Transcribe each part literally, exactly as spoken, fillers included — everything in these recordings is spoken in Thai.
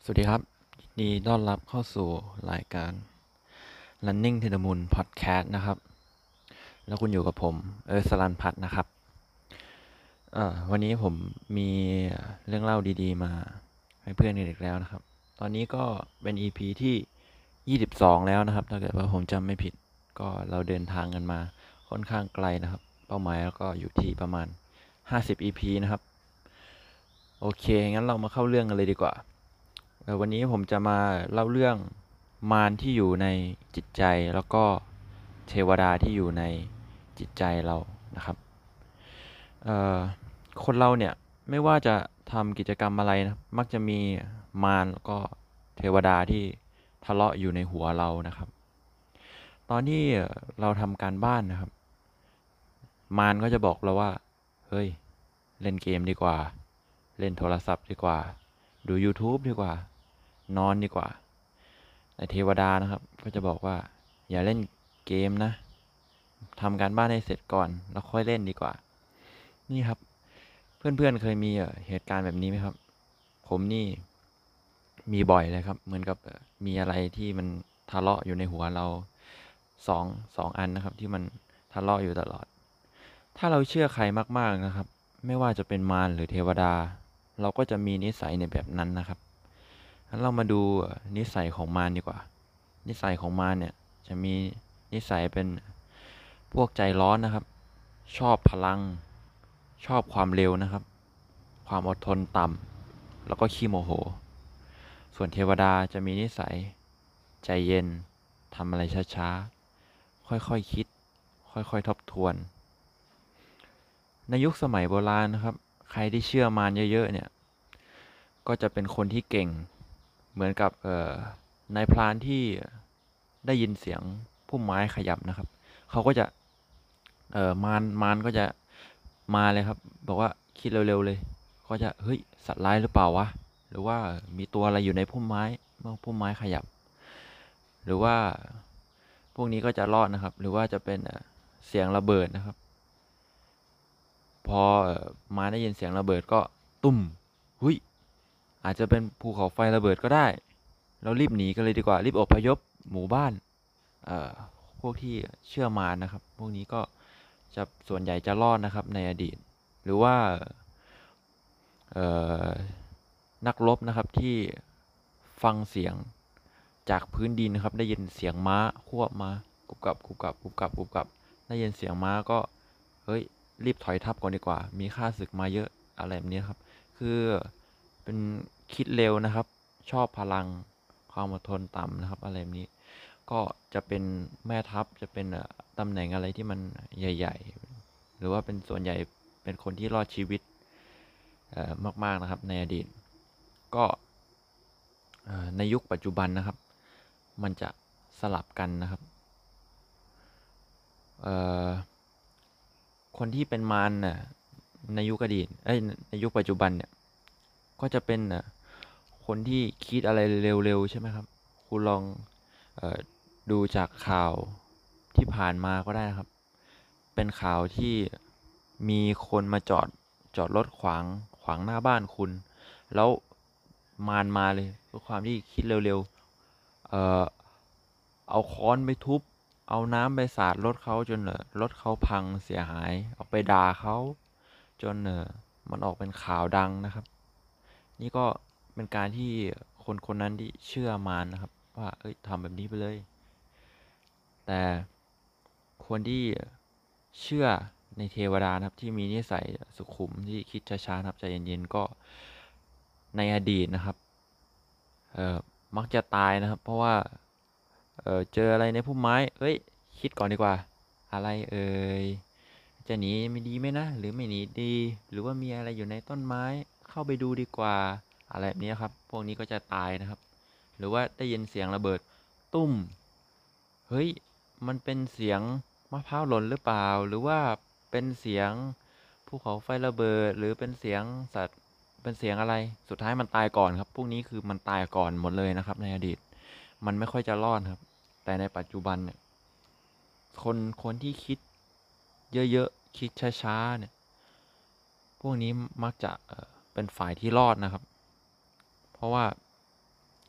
สวัสดีครับยินดีต้อนรับเข้าสู่รายการ Running to the Moon Podcast นะครับแล้วคุณอยู่กับผมเออสลันพัฒน์นะครับเอ่อวันนี้ผมมีเรื่องเล่าดีๆมาให้เพื่อนกันอีกแล้วนะครับตอนนี้ก็เป็น อี พี ที่ยี่สิบสองแล้วนะครับถ้าเกิดว่าผมจำไม่ผิดก็เราเดินทางกันมาค่อนข้างไกลนะครับเป้าหมายแล้วก็อยู่ที่ประมาณห้าสิบ อี พี นะครับโอเคงั้นเรามาเข้าเรื่องกันเลยดีกว่า เอ่อวันนี้ผมจะมาเล่าเรื่องมารที่อยู่ในจิตใจแล้วก็เทวดาที่อยู่ในจิตใจเรานะครับเอ่อคนเราเนี่ยไม่ว่าจะทำกิจกรรมอะไรนะมักจะมีมารแล้วก็เทวดาที่ทะเลาะอยู่ในหัวเรานะครับตอนที่เราทำการบ้านนะครับมารก็จะบอกเราว่าเฮ้ยเล่นเกมดีกว่าเล่นโทรศัพท์ดีกว่าดู YouTube ดีกว่านอนดีกว่า แต่เทวดานะครับก็จะบอกว่าอย่าเล่นเกมนะทำการบ้านให้เสร็จก่อนแล้วค่อยเล่นดีกว่านี่ครับเพื่อนๆเคยมีเหตุการณ์แบบนี้ไหมครับผมนี่มีบ่อยเลยครับเหมือนกับมีอะไรที่มันทะเลาะอยู่ในหัวเราสองสองอันนะครับที่มันทะเลาะอยู่ตลอดถ้าเราเชื่อใครมากๆนะครับไม่ว่าจะเป็นมารหรือเทวดาเราก็จะมีนิสัยในแบบนั้นนะครับงั้นเรามาดูนิสัยของมารดีกว่า นิสัยของมารเนี่ยจะมีนิสัยเป็นพวกใจร้อนนะครับชอบพลังชอบความเร็วนะครับความอดทนต่ำแล้วก็ขี้โมโหส่วนเทวดาจะมีนิสัยใจเย็นทำอะไรช้าๆค่อยๆคคิดค่อยๆทบทวนในยุคสมัยโบราณนะครับใครที่เชื่อมารเยอะๆเนี่ยก็จะเป็นคนที่เก่งเหมือนกับเอ่อนายพรานที่ ได้ยินเสียงพุ่มไม้ขยับนะครับ เขาก็จะเออมารมารก็จะมาเลยครับบอกว่าคิดเร็วๆเลยก็จะเฮ้ยสัตว์ร้ายหรือเปล่าวะหรือว่ามีตัวอะไรอยู่ในพุ่มไม้เมื่อพุ่มไม้ขยับหรือว่าพวกนี้ก็จะรอดนะครับหรือว่าจะเป็นเสียงระเบิดนะครับพอมาได้ยินเสียงระเบิดก็ตุ้มหุยอาจจะเป็นภูเขาไฟระเบิดก็ได้เรารีบหนีกันเลยดีกว่ารีบอพยพหมู่บ้าน เอ่อพวกที่เชื่อมารนะครับพวกนี้ก็จะส่วนใหญ่จะรอดนะครับในอดีตหรือว่าเอ่อนักรบนะครับที่ฟังเสียงจากพื้นดินนะครับได้ยินเสียงม้าควบมากุบกับกุบกับกุบกับกุบกับได้ยินเสียงม้าก็เฮ้ยรีบถอยทัพก่อนดีกว่ามีค่าศึกมาเยอะอะไรแบบนี้ครับคือเป็นคิดเร็วนะครับชอบพลังความอดทนต่ำนะครับอะไรแบบนี้ ก็จะเป็นแม่ทัพจะเป็นตำแหน่งอะไรที่มันใหญ่ๆหรือว่าเป็นส่วนใหญ่เป็นคนที่รอดชีวิตมากๆนะครับในอดีตก็ในยุคปัจจุบันนะครับมันจะสลับกันนะครับคนที่เป็นมารน่ะในยุคอดีตเอ้ยในยุคปัจจุบันเนี่ยก็จะเป็นคนที่คิดอะไรเร็วๆใช่ไหมครับคุณลองเออดูจากข่าวที่ผ่านมาก็ได้นะครับ เป็นข่าวที่มีคนมาจอดจอดรถขวางขวางหน้าบ้านคุณแล้วมารมาเลยด้วยความที่คิดเร็วๆเอ่อเอาค้อนไปทุบเอาน้ำไปสาดรถเขาจนเออรถเขาพังเสียหายเอาไปด่าเขาจนเออมันออกเป็นข่าวดังนะครับนี่ก็เป็นการที่คนคนนั้นที่เชื่อมารนะครับว่าเอ้ยทำแบบนี้ไปเลยแต่คนที่ เชื่อในเทวดานะครับที่มีนิสัยสุขุมที่คิดช้าๆนะครับใจเย็นๆก็ในอดีตนะครับเอ่อมักจะตายนะครับเพราะว่าเอ่อเจออะไรในพุ่มไม้เอ้ยคิดก่อนดีกว่าอะไรเอ่ยจะหนีไม่ดีไหมนะหรือไม่หนีดีหรือว่ามีอะไรอยู่ในต้นไม้เข้าไปดูดีกว่าอะไรแบบนี้ครับพวกนี้ก็จะตายนะครับหรือว่าได้ยินเสียงระเบิดตุ้ม เฮ้ย มันเป็นเสียงมะพร้าวหล่นหรือเปล่า หรือว่าเป็นเสียงภูเขาไฟระเบิด หรือเป็นเสียงสัตว์เป็นเสียงอะไร สุดท้ายมันตายก่อนครับ พวกนี้คือมันตายก่อนหมดเลยนะครับในอดีต มันไม่ค่อยจะรอดครับ แต่ในปัจจุบันเนี่ยคนคนที่คิดเยอะๆ คิดช้าๆเนี่ยพวกนี้มักจะเอ่อเป็นฝ่ายที่รอดนะครับ เพราะว่า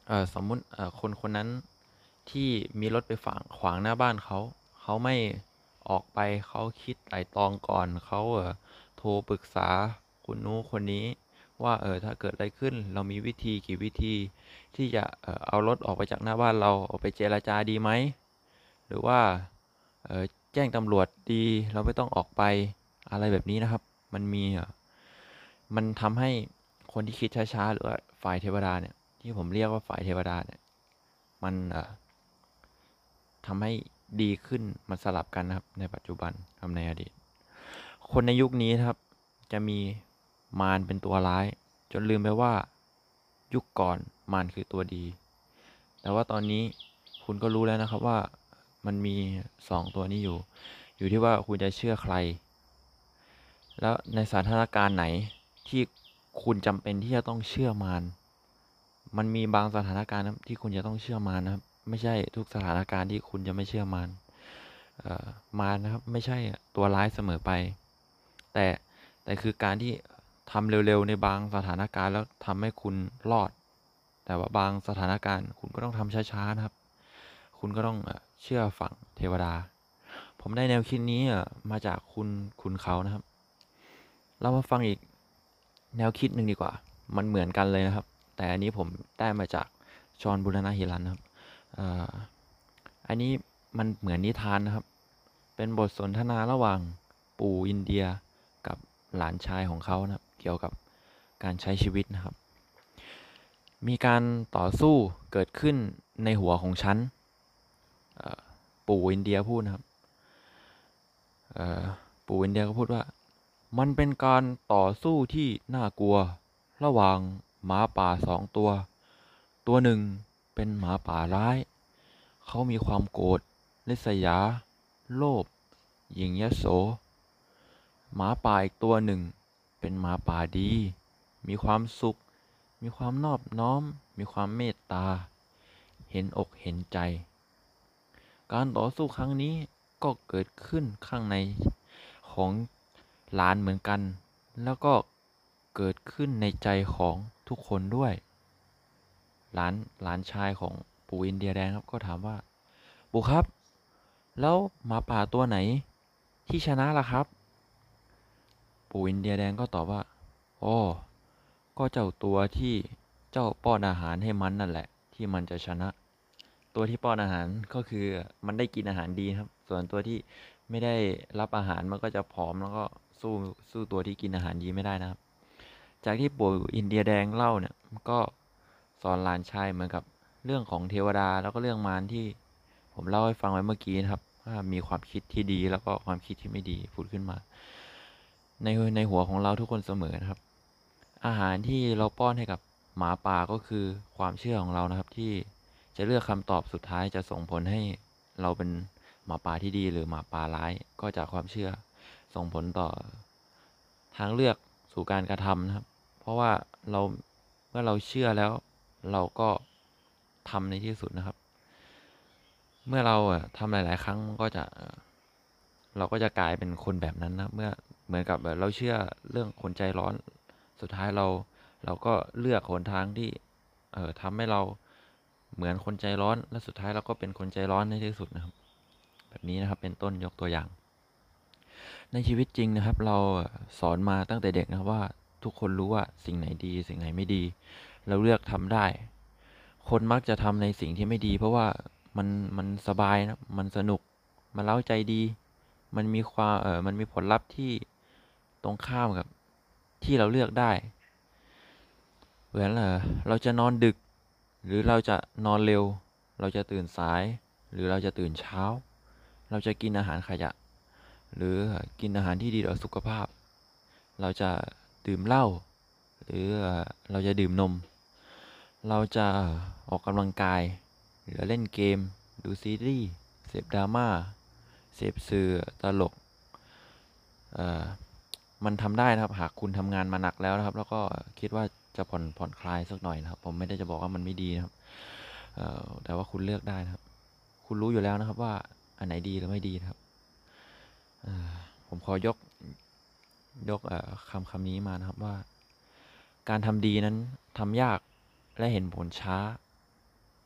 เอ่อสมมุติเอ่อคนคนนั้นที่มีรถไปฝางขวางหน้าบ้านเขาเขาไม่ออกไปเขาคิดไตร่ตรองก่อนเขาเอ่อโทรปรึกษาคนนู้นคนนี้ว่าเออถ้าเกิดอะไรขึ้นเรามีวิธีกี่วิธีที่จะเอ่อเอารถออกไปจากหน้าบ้านเราออกไปเจรจาดีไหมหรือว่าเอ่อแจ้งตำรวจดีเราไม่ต้องออกไปอะไรแบบนี้นะครับมันมีเอ่อมันทำให้คนที่คิดช้าๆหรือว่าฝ่ายเทวดาเนี่ยที่ผมเรียกว่าฝ่ายเทวดาเนี่ยมันเอ่อทำให้ดีขึ้นมันสลับกันนะครับในปัจจุบันกับในอดีตคนในยุคนี้นะครับจะมีมารเป็นตัวร้ายจนลืมไปว่ายุคก่อนมารคือตัวดีแต่ว่าตอนนี้คุณก็รู้แล้วนะครับว่ามันมีสองตัวนี้อยู่อยู่ที่ว่าคุณจะเชื่อใครแล้วในสถานการณ์ไหนที่คุณจำเป็นที่จะต้องเชื่อมารมันมีบางสถานการณ์นะครับที่คุณจะต้องเชื่อมารนะครับไม่ใช่ทุกสถานการณ์ที่คุณจะไม่เชื่อมารเอ่อมารนะครับไม่ใช่ตัวร้ายเสมอไปแต่แต่คือการที่ทำเร็วๆในบางสถานการณ์แล้วทำให้คุณรอดแต่ว่าบางสถานการณ์คุณก็ต้องทำช้าๆนะครับคุณก็ต้องเอ่อเชื่อฝั่งเทวดาผมได้แนวคิดนี้เอ่อมาจากคุณคุณเขานะครับเรามาฟังอีกแนวคิดหนึ่งดีกว่ามันเหมือนกันเลยนะครับแต่อันนี้ผมได้มาจากชอนบุรณะฮิรันนะครับเอ่ออันนี้มันเหมือนนิทานนะครับเป็นบทสนทนาระหว่างปู่อินเดียกับหลานชายของเขานะครับเกี่ยวกับการใช้ชีวิตนะครับมีการต่อสู้เกิดขึ้นในหัวของฉันเอ่อปู่อินเดียพูดนะครับเอ่อปู่อินเดียก็พูดว่ามันเป็นการต่อสู้ที่น่ากลัวระหว่างหมาป่าสองตัวตัวหนึ่งเป็นหมาป่าร้ายเขามีความโกรธริษยาโลภหยิ่งยโสหมาป่าอีกตัวหนึ่งเป็นหมาป่าดีมีความสุขมีความนอบน้อมมีความเมตตาเห็นอกเห็นใจการต่อสู้ครั้งนี้ก็เกิดขึ้นข้างในของหลานเหมือนกันแล้วก็เกิดขึ้นในใจของทุกคนด้วยหลานหลานชายของปู่อินเดียแดงครับก็ถามว่าปู่ครับแล้วหมาป่าตัวไหนที่ชนะล่ะครับปู่อินเดียแดงก็ตอบว่าอ๋อก็เจ้าตัวที่เจ้าป้อนอาหารให้มันนั่นแหละที่มันจะชนะตัวที่ป้อนอาหารก็คือมันได้กินอาหารดีครับส่วนตัวที่ไม่ได้รับอาหารมันก็จะผอมแล้วก็สู้สู้ตัวที่กินอาหารดีไม่ได้นะครับจากที่ปู่อินเดียแดงเล่าเนี่ยก็สอนหลานชายเหมือนกับเรื่องของเทวดาแล้วก็เรื่องมารที่ผมเล่าให้ฟังไว้เมื่อกี้นะครับว่ามีความคิดที่ดีแล้วก็ความคิดที่ไม่ดีผุดขึ้นมาในในหัวของเราทุกคนเสมอนะครับอาหารที่เราป้อนให้กับหมาป่าก็คือความเชื่อของเรานะครับที่จะเลือกคำตอบสุดท้ายจะส่งผลให้เราเป็นหมาป่าที่ดีหรือหมาป่าร้ายก็จากความเชื่อส่งผลต่อทางเลือกสู่การกระทำนะครับเพราะว่าเราเมื่อเราเชื่อแล้วเราก็ทำในที่สุดนะครับเมื่อเราอะทำหลายๆครั้งมันก็จะเราก็จะกลายเป็นคนแบบนั้นนะเมื่อเหมือนกับแบบเราเชื่อเรื่องคนใจร้อนสุดท้ายเราเราก็เลือกหนทางที่เอ่อทำให้เราเหมือนคนใจร้อนและสุดท้ายเราก็เป็นคนใจร้อนในที่สุดนะครับแบบนี้นะครับเป็นต้นยกตัวอย่างในชีวิตจริงนะครับเราสอนมาตั้งแต่เด็กนะครับว่าทุกคนรู้ว่าสิ่งไหนดีสิ่งไหนไม่ดีเราเลือกทำได้คนมักจะทำในสิ่งที่ไม่ดีเพราะว่ามันมันสบายนะมันสนุกมันเร้าใจดีมันมีความเออมันมีผลลัพธ์ที่ตรงข้ามกับที่เราเลือกได้เหมือนเออเราจะนอนดึกหรือเราจะนอนเร็วเราจะตื่นสายหรือเราจะตื่นเช้าเราจะกินอาหารขยะหรือกินอาหารที่ดีต่อสุขภาพเราจะดื่มเหล้าหรือเราจะดื่มนมเราจะออกกำลังกายหรือเล่นเกมดูซีรีส์เสพดราม่าเสพสื่อตลกเอ่อมันทำได้นะครับหากคุณทำงานมาหนักแล้วนะครับแล้วก็คิดว่าจะผ่อนผ่อนคลายสักหน่อยนะครับผมไม่ได้จะบอกว่ามันไม่ดีนะครับเอ่อแต่ว่าคุณเลือกได้นะครับคุณรู้อยู่แล้วนะครับว่าอันไหนดีหรือไม่ดีนะครับเอ่อผมขอยกยกเอ่อคำคำนี้มานะครับว่าการทำดีนั้นทำยากและเห็นผลช้า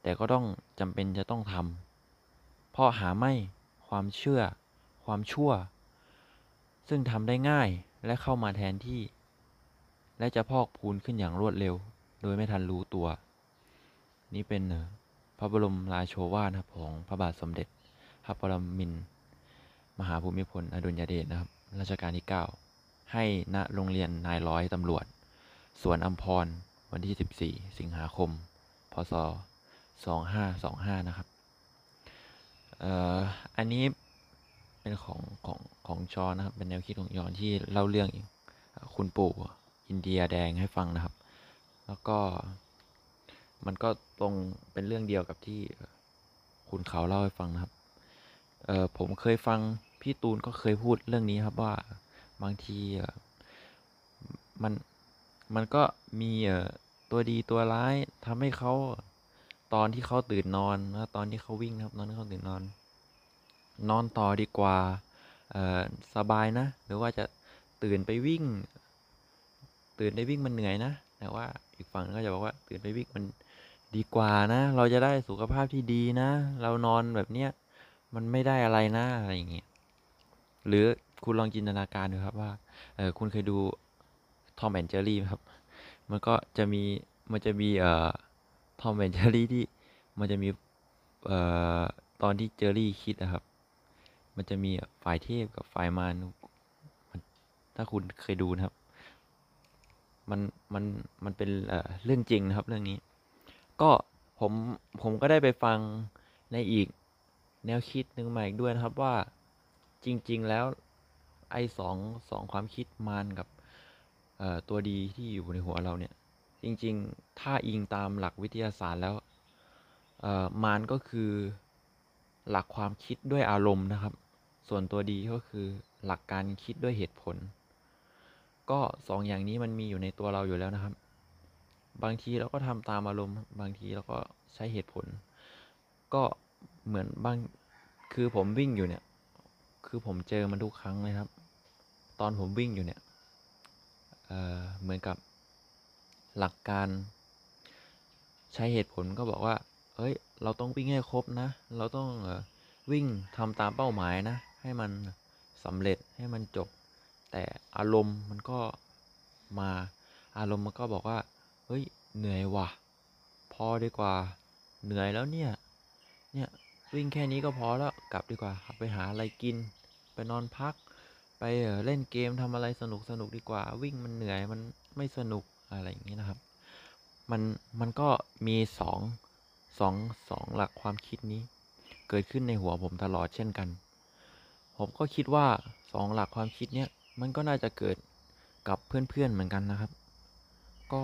แต่ก็ต้องจำเป็นจะต้องทำเพราะหาไม่ความเชื่อความชั่วซึ่งทำได้ง่ายและเข้ามาแทนที่และจะพอกพูนขึ้นอย่างรวดเร็วโดยไม่ทันรู้ตัวนี่เป็นพระบรมราโชวาทนะครับของพระบาทสมเด็จพระปรมินทรมหาภูมิพลอดุลยเดชนะครับรัชกาลที่เก้าให้ณโรงเรียนนายร้อยตำรวจสวนอัมพรวันที่สิบสี่สิงหาคมพศสองห้าสองห้านะครับเอ่ออันนี้เป็นของของของจอนะครับเป็นแนวคิดของยอนที่เล่าเรื่องคุณปู่อินเดียแดงให้ฟังนะครับแล้วก็มันก็ตรงเป็นเรื่องเดียวกับที่คุณเขาเล่าให้ฟังนะครับเอ่อผมเคยฟังพี่ตูนก็เคยพูดเรื่องนี้ครับว่าบางทีมันมันก็มีเอ่อตัวดีตัวร้ายทำให้เขาตอนที่เขาตื่นนอนแล้วตอนที่เขาวิ่งครับตอนที่เขาตื่นนอนนอนต่อดีกว่าเอ่อสบายนะหรือว่าจะตื่นไปวิ่งตื่นไปวิ่งมันเหนื่อยนะแต่ว่าอีกฝั่งก็จะบอกว่าตื่นไปวิ่งมันดีกว่านะเราจะได้สุขภาพที่ดีนะเรานอนแบบเนี้ยมันไม่ได้อะไรนะอะไรอย่างเงี้ยหรือคุณลองจินตนาการดูครับว่าเออคุณเคยดูทอมแอนด์เจอรี่ไหมครับมันก็จะมีมันจะมีเอ่อทอมแอนด์เจอรี่ที่มันจะมีเอ่อตอนที่เจอรี่คิดนะครับมันจะมีฝ่ายเทพกับฝ่ายมารมันถ้าคุณเคยดูนะครับมันมันมันเป็นเอ่อเรื่องจริงนะครับเรื่องนี้ก็ผมผมก็ได้ไปฟังในอีกแนวคิดหนึ่งมาอีกด้วยนะครับว่าจริงๆแล้วไอ้สองสองความคิดมารกับเอ่อตัวดีที่อยู่ในหัวเราเนี่ยจริงๆถ้าอิงตามหลักวิทยาศาสตร์แล้วเอ่อมารก็คือหลักความคิดด้วยอารมณ์นะครับส่วนตัวดีก็คือหลักการคิดด้วยเหตุผลก็สองอย่างนี้มันมีอยู่ในตัวเราอยู่แล้วนะครับบางทีเราก็ทำตามอารมณ์บางทีเราก็ใช้เหตุผลก็เหมือนบางคือผมวิ่งอยู่เนี่ยคือผมเจอมันทุกครั้งเลยครับตอนผมวิ่งอยู่เนี่ยเอ่อเหมือนกับหลักการใช้เหตุผลก็บอกว่าเฮ้ยเราต้องวิ่งให้ครบนะเราต้องเอ่อวิ่งทำตามเป้าหมายนะให้มันสำเร็จให้มันจบแต่อารมณ์มันก็มาอารมณ์มันก็บอกว่าเฮ้ยเหนื่อยว่ะพอดีกว่าเหนื่อยแล้วเนี่ยเนี่ยวิ่งแค่นี้ก็พอแล้วกลับดีกว่าไปหาอะไรกินไปนอนพักไปเอ่อเล่นเกมทำอะไรสนุกสนุกดีกว่าวิ่งมันเหนื่อยมันไม่สนุกอะไรอย่างนี้นะครับมันมันก็มีสองสองสองหลักความคิดนี้เกิดขึ้นในหัวผมตลอดเช่นกันผมก็คิดว่าสองหลักความคิดเนี้ยมันก็น่าจะเกิดกับเพื่อนๆเหมือนกันนะครับก็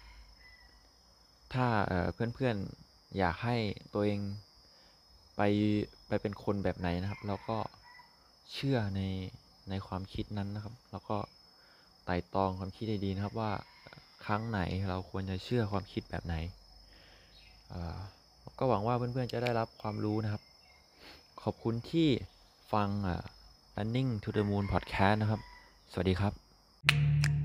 ถ้าเอ่อเพื่อนๆอยากให้ตัวเองไปไปเป็นคนแบบไหนนะครับเราก็เชื่อในในความคิดนั้นนะครับแล้วก็ไต่ตรองความคิดดีๆนะครับว่าครั้งไหนเราควรจะเชื่อความคิดแบบไหนเอ่อก็หวังว่าเพื่อนๆจะได้รับความรู้นะครับขอบคุณที่ฟังเอ่อ Running to the Moon Podcast นะครับสวัสดีครับ